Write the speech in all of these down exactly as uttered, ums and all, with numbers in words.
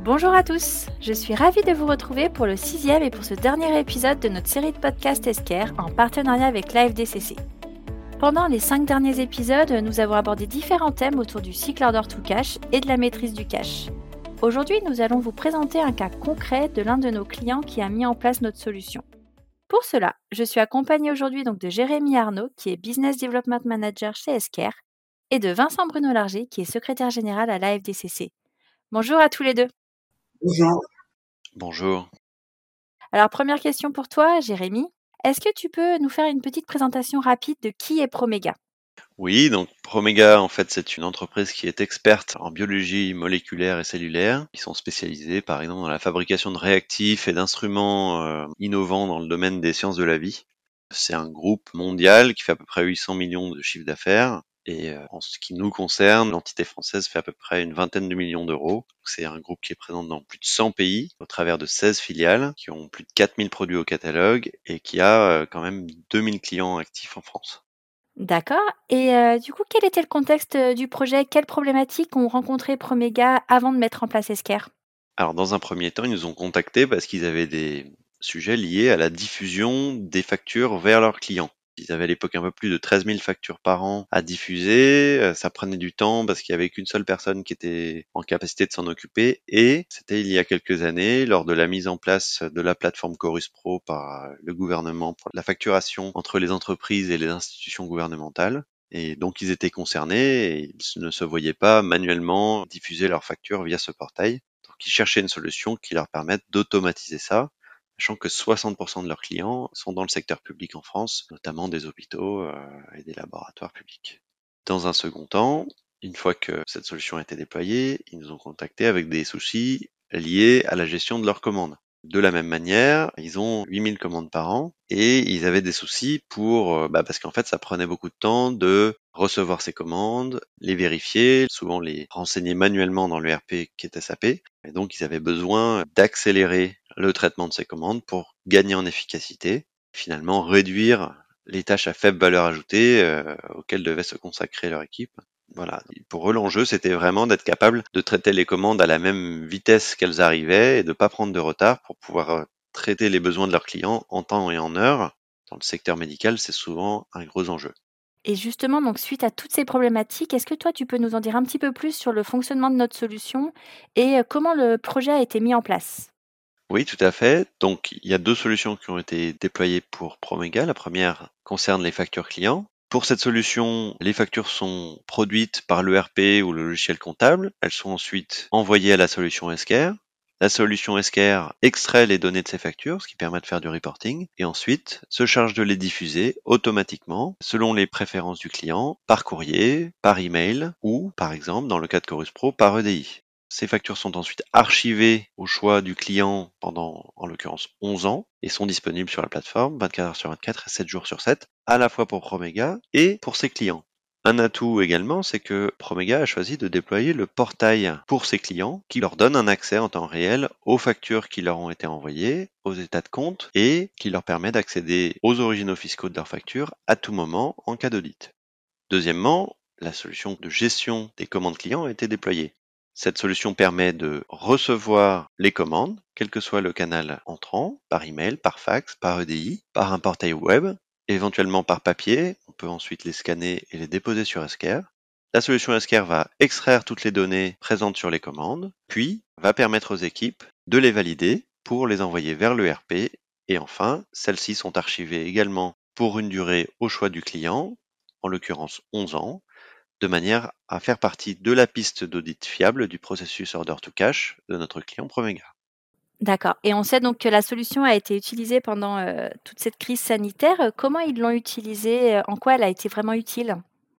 Bonjour à tous, je suis ravie de vous retrouver pour le sixième et pour ce dernier épisode de notre série de podcasts Esquire en partenariat avec l'A F D C C. Pendant les cinq derniers épisodes, nous avons abordé différents thèmes autour du cycle order to cash et de la maîtrise du cash. Aujourd'hui, nous allons vous présenter un cas concret de l'un de nos clients qui a mis en place notre solution. Pour cela, je suis accompagnée aujourd'hui donc de Jérémy Arnaud, qui est Business Development Manager chez Esquire, et de Vincent Bruno-Larger, qui est secrétaire général à l'A F D C C. Bonjour à tous les deux. Bonjour. Bonjour. Alors, première question pour toi, Jérémy. Est-ce que tu peux nous faire une petite présentation rapide de qui est Promega ? Oui, donc Promega, en fait, c'est une entreprise qui est experte en biologie moléculaire et cellulaire, qui sont spécialisés, par exemple, dans la fabrication de réactifs et d'instruments euh, innovants dans le domaine des sciences de la vie. C'est un groupe mondial qui fait à peu près huit cents millions de chiffre d'affaires. Et euh, en ce qui nous concerne, l'entité française fait à peu près une vingtaine de millions d'euros. C'est un groupe qui est présent dans plus de cent pays, au travers de seize filiales, qui ont plus de quatre mille produits au catalogue et qui a euh, quand même deux mille clients actifs en France. D'accord. Et euh, du coup, quel était le contexte euh, du projet ? Quelles problématiques ont rencontré Promega avant de mettre en place Esquire ? Alors, dans un premier temps, ils nous ont contactés parce qu'ils avaient des sujets liés à la diffusion des factures vers leurs clients. Ils avaient à l'époque un peu plus de treize mille factures par an à diffuser. Euh, Ça prenait du temps parce qu'il y avait qu'une seule personne qui était en capacité de s'en occuper. Et c'était il y a quelques années, lors de la mise en place de la plateforme Chorus Pro par le gouvernement pour la facturation entre les entreprises et les institutions gouvernementales. Et donc, ils étaient concernés et ils ne se voyaient pas manuellement diffuser leurs factures via ce portail. Donc, ils cherchaient une solution qui leur permette d'automatiser ça, sachant que soixante pour cent de leurs clients sont dans le secteur public en France, notamment des hôpitaux euh, et des laboratoires publics. Dans un second temps, une fois que cette solution a été déployée, ils nous ont contactés avec des soucis liés à la gestion de leurs commandes. De la même manière, ils ont huit mille commandes par an et ils avaient des soucis pour, bah parce qu'en fait, ça prenait beaucoup de temps de recevoir ces commandes, les vérifier, souvent les renseigner manuellement dans l'E R P qui est S A P. Et donc, ils avaient besoin d'accélérer le traitement de ces commandes pour gagner en efficacité, finalement réduire les tâches à faible valeur ajoutée euh, auxquelles devait se consacrer leur équipe. Voilà. Pour eux, l'enjeu, c'était vraiment d'être capable de traiter les commandes à la même vitesse qu'elles arrivaient et de ne pas prendre de retard pour pouvoir traiter les besoins de leurs clients en temps et en heure. Dans le secteur médical, c'est souvent un gros enjeu. Et justement, donc suite à toutes ces problématiques, est-ce que toi, tu peux nous en dire un petit peu plus sur le fonctionnement de notre solution et comment le projet a été mis en place ? Oui, tout à fait. Donc, il y a deux solutions qui ont été déployées pour Promega. La première concerne les factures clients. Pour cette solution, les factures sont produites par l'E R P ou le logiciel comptable. Elles sont ensuite envoyées à la solution Esquire. La solution Esquire extrait les données de ces factures, ce qui permet de faire du reporting, et ensuite se charge de les diffuser automatiquement, selon les préférences du client, par courrier, par email, ou, par exemple, dans le cas de Chorus Pro, par E D I. Ces factures sont ensuite archivées au choix du client pendant, en l'occurrence, onze ans et sont disponibles sur la plateforme vingt-quatre heures sur vingt-quatre et sept jours sur sept, à la fois pour Promega et pour ses clients. Un atout également, c'est que Promega a choisi de déployer le portail pour ses clients qui leur donne un accès en temps réel aux factures qui leur ont été envoyées, aux états de compte et qui leur permet d'accéder aux originaux fiscaux de leurs factures à tout moment en cas d'audit. Deuxièmement, la solution de gestion des commandes clients a été déployée. Cette solution permet de recevoir les commandes, quel que soit le canal entrant, par email, par fax, par E D I, par un portail web, éventuellement par papier. On peut ensuite les scanner et les déposer sur Esquire. La solution Esquire va extraire toutes les données présentes sur les commandes, puis va permettre aux équipes de les valider pour les envoyer vers l'E R P. Et enfin, celles-ci sont archivées également pour une durée au choix du client, en l'occurrence onze ans, de manière à faire partie de la piste d'audit fiable du processus order to cash de notre client Promega. D'accord. Et on sait donc que la solution a été utilisée pendant euh, toute cette crise sanitaire. Comment ils l'ont utilisée ? En quoi elle a été vraiment utile ?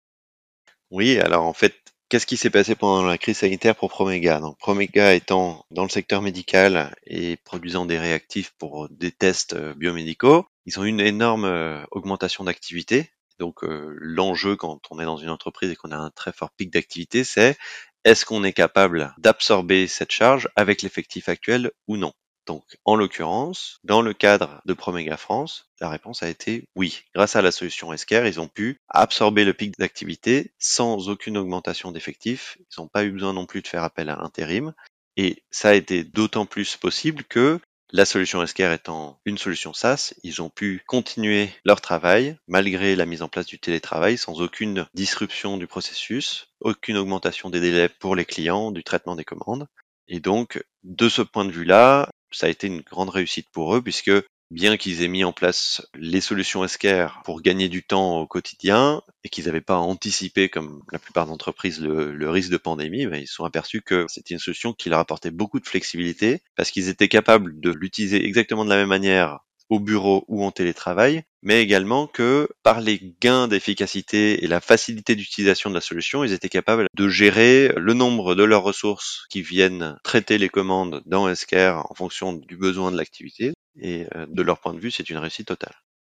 Oui, alors en fait, qu'est-ce qui s'est passé pendant la crise sanitaire pour Promega ? Donc, Promega étant dans le secteur médical et produisant des réactifs pour des tests biomédicaux, ils ont eu une énorme augmentation d'activité. Donc euh, l'enjeu quand on est dans une entreprise et qu'on a un très fort pic d'activité, c'est est-ce qu'on est capable d'absorber cette charge avec l'effectif actuel ou non ? Donc en l'occurrence, dans le cadre de Promega France, la réponse a été oui. Grâce à la solution Esquire, ils ont pu absorber le pic d'activité sans aucune augmentation d'effectifs. Ils n'ont pas eu besoin non plus de faire appel à l'intérim. Et ça a été d'autant plus possible que la solution Esker étant une solution SaaS, ils ont pu continuer leur travail malgré la mise en place du télétravail sans aucune disruption du processus, aucune augmentation des délais pour les clients, du traitement des commandes. Et donc, de ce point de vue-là, ça a été une grande réussite pour eux puisque bien qu'ils aient mis en place les solutions Esker pour gagner du temps au quotidien et qu'ils n'avaient pas anticipé, comme la plupart d'entreprises, le, le risque de pandémie, ben, ils se sont aperçus que c'était une solution qui leur apportait beaucoup de flexibilité parce qu'ils étaient capables de l'utiliser exactement de la même manière au bureau ou en télétravail, mais également que par les gains d'efficacité et la facilité d'utilisation de la solution, ils étaient capables de gérer le nombre de leurs ressources qui viennent traiter les commandes dans Esker en fonction du besoin de l'activité. Et euh, de leur point de vue, c'est une réussite totale.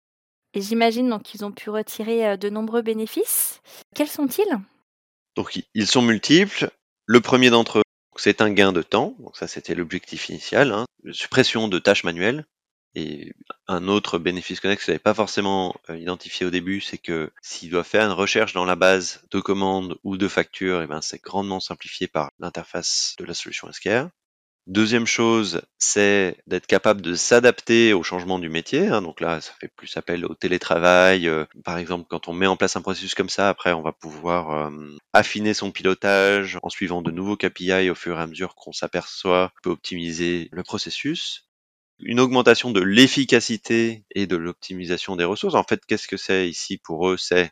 Et j'imagine donc qu'ils ont pu retirer euh, de nombreux bénéfices. Quels sont-ils? Donc i- ils sont multiples. Le premier d'entre eux, c'est un gain de temps. Donc ça, c'était l'objectif initial. Hein. Suppression de tâches manuelles. Et un autre bénéfice connexe que je n'avais pas forcément euh, identifié au début, c'est que s'il doit faire une recherche dans la base de commandes ou de factures, eh ben, c'est grandement simplifié par l'interface de la solution Esker. Deuxième chose, c'est d'être capable de s'adapter au changement du métier. Hein. Donc là, ça fait plus appel au télétravail. Euh, par exemple, quand on met en place un processus comme ça, après, on va pouvoir euh, affiner son pilotage en suivant de nouveaux K P I au fur et à mesure qu'on s'aperçoit qu'on peut optimiser le processus. Une augmentation de l'efficacité et de l'optimisation des ressources. En fait, qu'est-ce que c'est ici pour eux? C'est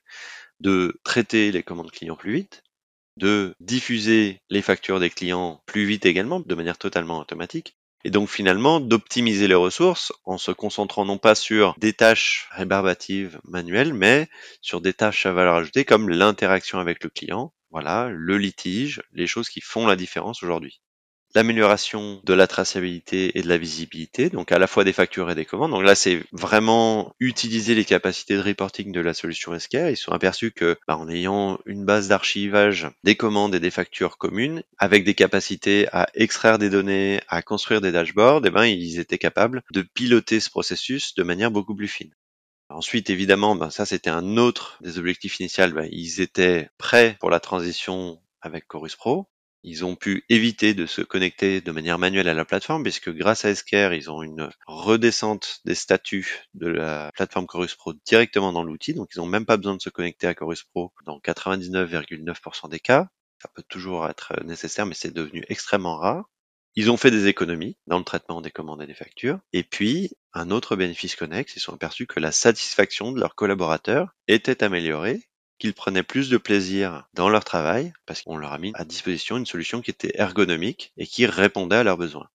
de traiter les commandes clients plus vite, de diffuser les factures des clients plus vite également, de manière totalement automatique, et donc finalement d'optimiser les ressources en se concentrant non pas sur des tâches rébarbatives manuelles, mais sur des tâches à valeur ajoutée comme l'interaction avec le client, voilà, le litige, les choses qui font la différence aujourd'hui. L'amélioration de la traçabilité et de la visibilité, donc à la fois des factures et des commandes. Donc là, c'est vraiment utiliser les capacités de reporting de la solution Esker. Ils se sont aperçus que, bah, en ayant une base d'archivage des commandes et des factures communes, avec des capacités à extraire des données, à construire des dashboards, eh ben, ils étaient capables de piloter ce processus de manière beaucoup plus fine. Ensuite, évidemment, ben, ça c'était un autre des objectifs initiaux. Ben, ils étaient prêts pour la transition avec Chorus Pro. Ils ont pu éviter de se connecter de manière manuelle à la plateforme puisque grâce à Esker, ils ont une redescente des statuts de la plateforme Chorus Pro directement dans l'outil. Donc, ils n'ont même pas besoin de se connecter à Chorus Pro dans quatre-vingt-dix-neuf virgule neuf pour cent des cas. Ça peut toujours être nécessaire, mais c'est devenu extrêmement rare. Ils ont fait des économies dans le traitement des commandes et des factures. Et puis, un autre bénéfice connexe, ils sont aperçus que la satisfaction de leurs collaborateurs était améliorée, qu'ils prenaient plus de plaisir dans leur travail, parce qu'on leur a mis à disposition une solution qui était ergonomique et qui répondait à leurs besoins.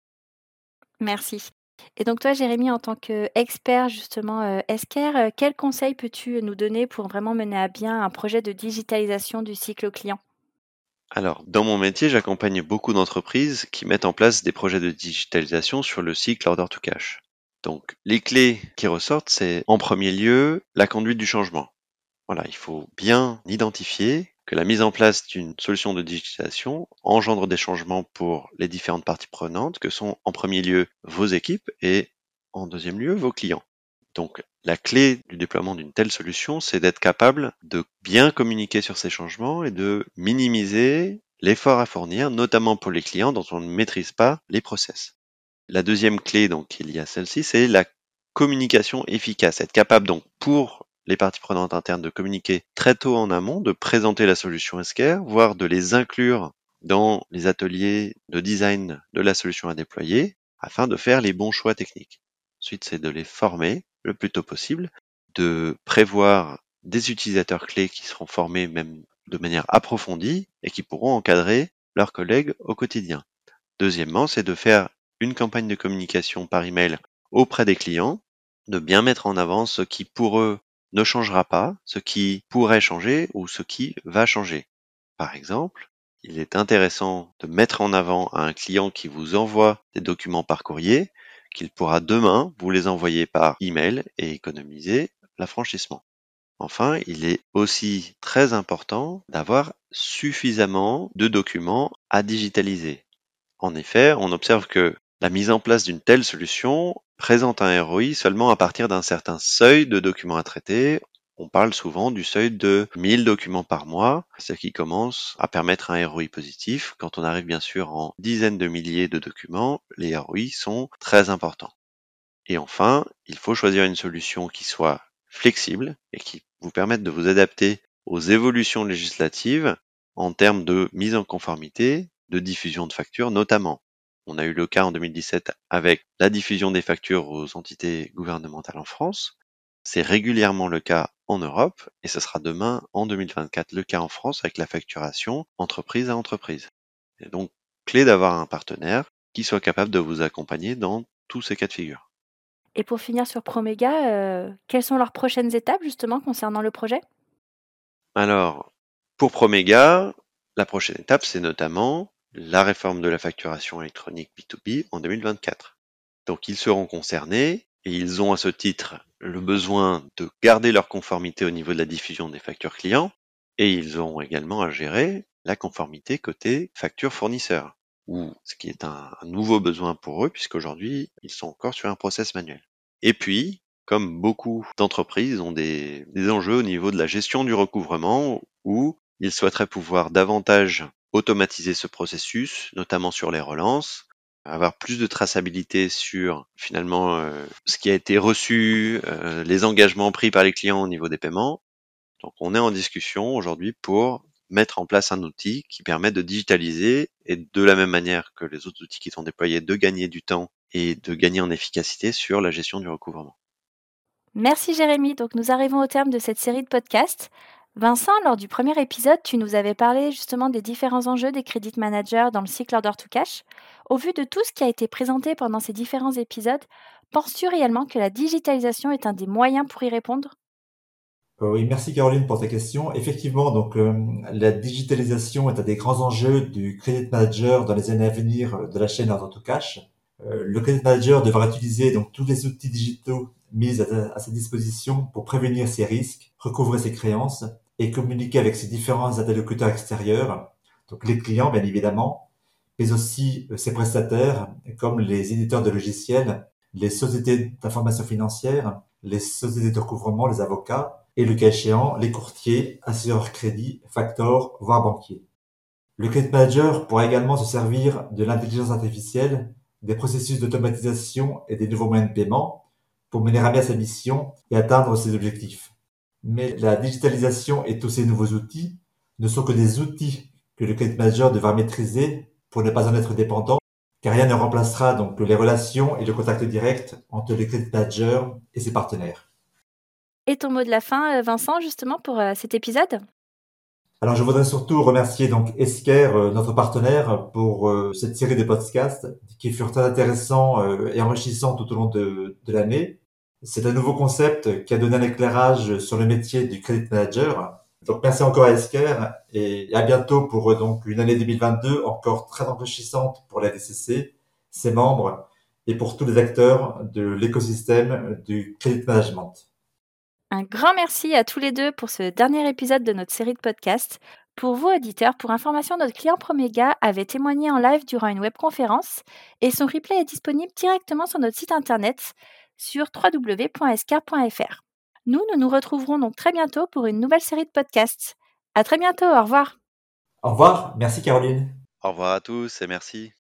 Merci. Et donc toi, Jérémy, en tant qu'expert justement euh, Esker, euh, quels conseils peux-tu nous donner pour vraiment mener à bien un projet de digitalisation du cycle client? Alors, dans mon métier, j'accompagne beaucoup d'entreprises qui mettent en place des projets de digitalisation sur le cycle order to cash. Donc, les clés qui ressortent, c'est en premier lieu la conduite du changement. Voilà, il faut bien identifier que la mise en place d'une solution de digitalisation engendre des changements pour les différentes parties prenantes, que sont en premier lieu vos équipes et en deuxième lieu vos clients. Donc, la clé du déploiement d'une telle solution, c'est d'être capable de bien communiquer sur ces changements et de minimiser l'effort à fournir, notamment pour les clients dont on ne maîtrise pas les process. La deuxième clé, donc, il y a celle-ci, c'est la communication efficace. Être capable, donc, pour les parties prenantes internes de communiquer très tôt en amont, de présenter la solution Esker, voire de les inclure dans les ateliers de design de la solution à déployer, afin de faire les bons choix techniques. Ensuite, c'est de les former le plus tôt possible, de prévoir des utilisateurs clés qui seront formés même de manière approfondie et qui pourront encadrer leurs collègues au quotidien. Deuxièmement, c'est de faire une campagne de communication par email auprès des clients, de bien mettre en avant ce qui pour eux ne changera pas, ce qui pourrait changer ou ce qui va changer. Par exemple, il est intéressant de mettre en avant à un client qui vous envoie des documents par courrier qu'il pourra demain vous les envoyer par email et économiser l'affranchissement. Enfin, il est aussi très important d'avoir suffisamment de documents à digitaliser. En effet, on observe que la mise en place d'une telle solution présente un R O I seulement à partir d'un certain seuil de documents à traiter, on parle souvent du seuil de mille documents par mois, ce qui commence à permettre un R O I positif. Quand on arrive bien sûr en dizaines de milliers de documents, les R O I sont très importants. Et enfin, il faut choisir une solution qui soit flexible et qui vous permette de vous adapter aux évolutions législatives en termes de mise en conformité, de diffusion de factures notamment. On a eu le cas en deux mille dix-sept avec la diffusion des factures aux entités gouvernementales en France. C'est régulièrement le cas en Europe et ce sera demain, en deux mille vingt-quatre, le cas en France avec la facturation entreprise à entreprise. Et donc, clé d'avoir un partenaire qui soit capable de vous accompagner dans tous ces cas de figure. Et pour finir sur Promega, euh, quelles sont leurs prochaines étapes justement concernant le projet? Alors, pour Promega, la prochaine étape, c'est notamment la réforme de la facturation électronique B deux B en deux mille vingt-quatre. Donc, ils seront concernés et ils ont à ce titre le besoin de garder leur conformité au niveau de la diffusion des factures clients et ils auront également à gérer la conformité côté facture fournisseur, ou ce qui est un, un nouveau besoin pour eux puisqu'aujourd'hui, ils sont encore sur un process manuel. Et puis, comme beaucoup d'entreprises ont des, des enjeux au niveau de la gestion du recouvrement où ils souhaiteraient pouvoir davantage automatiser ce processus, notamment sur les relances, avoir plus de traçabilité sur finalement euh, ce qui a été reçu, euh, les engagements pris par les clients au niveau des paiements. Donc on est en discussion aujourd'hui pour mettre en place un outil qui permet de digitaliser et de la même manière que les autres outils qui sont déployés, de gagner du temps et de gagner en efficacité sur la gestion du recouvrement. Merci Jérémy. Donc nous arrivons au terme de cette série de podcasts. Vincent, lors du premier épisode, tu nous avais parlé justement des différents enjeux des credit managers dans le cycle order to cash. Au vu de tout ce qui a été présenté pendant ces différents épisodes, penses-tu réellement que la digitalisation est un des moyens pour y répondre? Euh, Oui, merci Caroline pour ta question. Effectivement, donc euh, la digitalisation est un des grands enjeux du Credit Manager dans les années à venir euh, de la chaîne Order to Cash. Euh, le Credit Manager devra utiliser donc tous les outils digitaux mis à, à sa disposition pour prévenir ses risques, recouvrer ses créances et communiquer avec ses différents interlocuteurs extérieurs, donc les clients bien évidemment, mais aussi euh, ses prestataires comme les éditeurs de logiciels, les sociétés d'information financière, les sociétés de recouvrement, les avocats et le cas échéant, les courtiers, assureurs crédit, factors, voire banquiers. Le Credit Manager pourra également se servir de l'intelligence artificielle, des processus d'automatisation et des nouveaux moyens de paiement pour mener à bien sa mission et atteindre ses objectifs. Mais la digitalisation et tous ces nouveaux outils ne sont que des outils que le Credit Manager devra maîtriser pour ne pas en être dépendant, car rien ne remplacera donc les relations et le contact direct entre le Credit Manager et ses partenaires. Et ton mot de la fin, euh, Vincent, justement pour euh, cet épisode? Alors, je voudrais surtout remercier donc Esker, euh, notre partenaire, pour euh, cette série de podcasts qui furent très intéressants euh, et enrichissants tout au long de, de l'année. C'est un nouveau concept qui a donné un éclairage sur le métier du credit manager. Donc, merci encore à Esker et à bientôt pour euh, donc une année deux mille vingt-deux encore très enrichissante pour la D C C, ses membres et pour tous les acteurs de l'écosystème du credit management. Un grand merci à tous les deux pour ce dernier épisode de notre série de podcasts. Pour vous, auditeurs, pour information, notre client Promega avait témoigné en live durant une webconférence et son replay est disponible directement sur notre site internet sur w w w point s c a r point f r. Nous, nous nous retrouverons donc très bientôt pour une nouvelle série de podcasts. À très bientôt, au revoir. Au revoir, merci Caroline. Au revoir à tous et merci.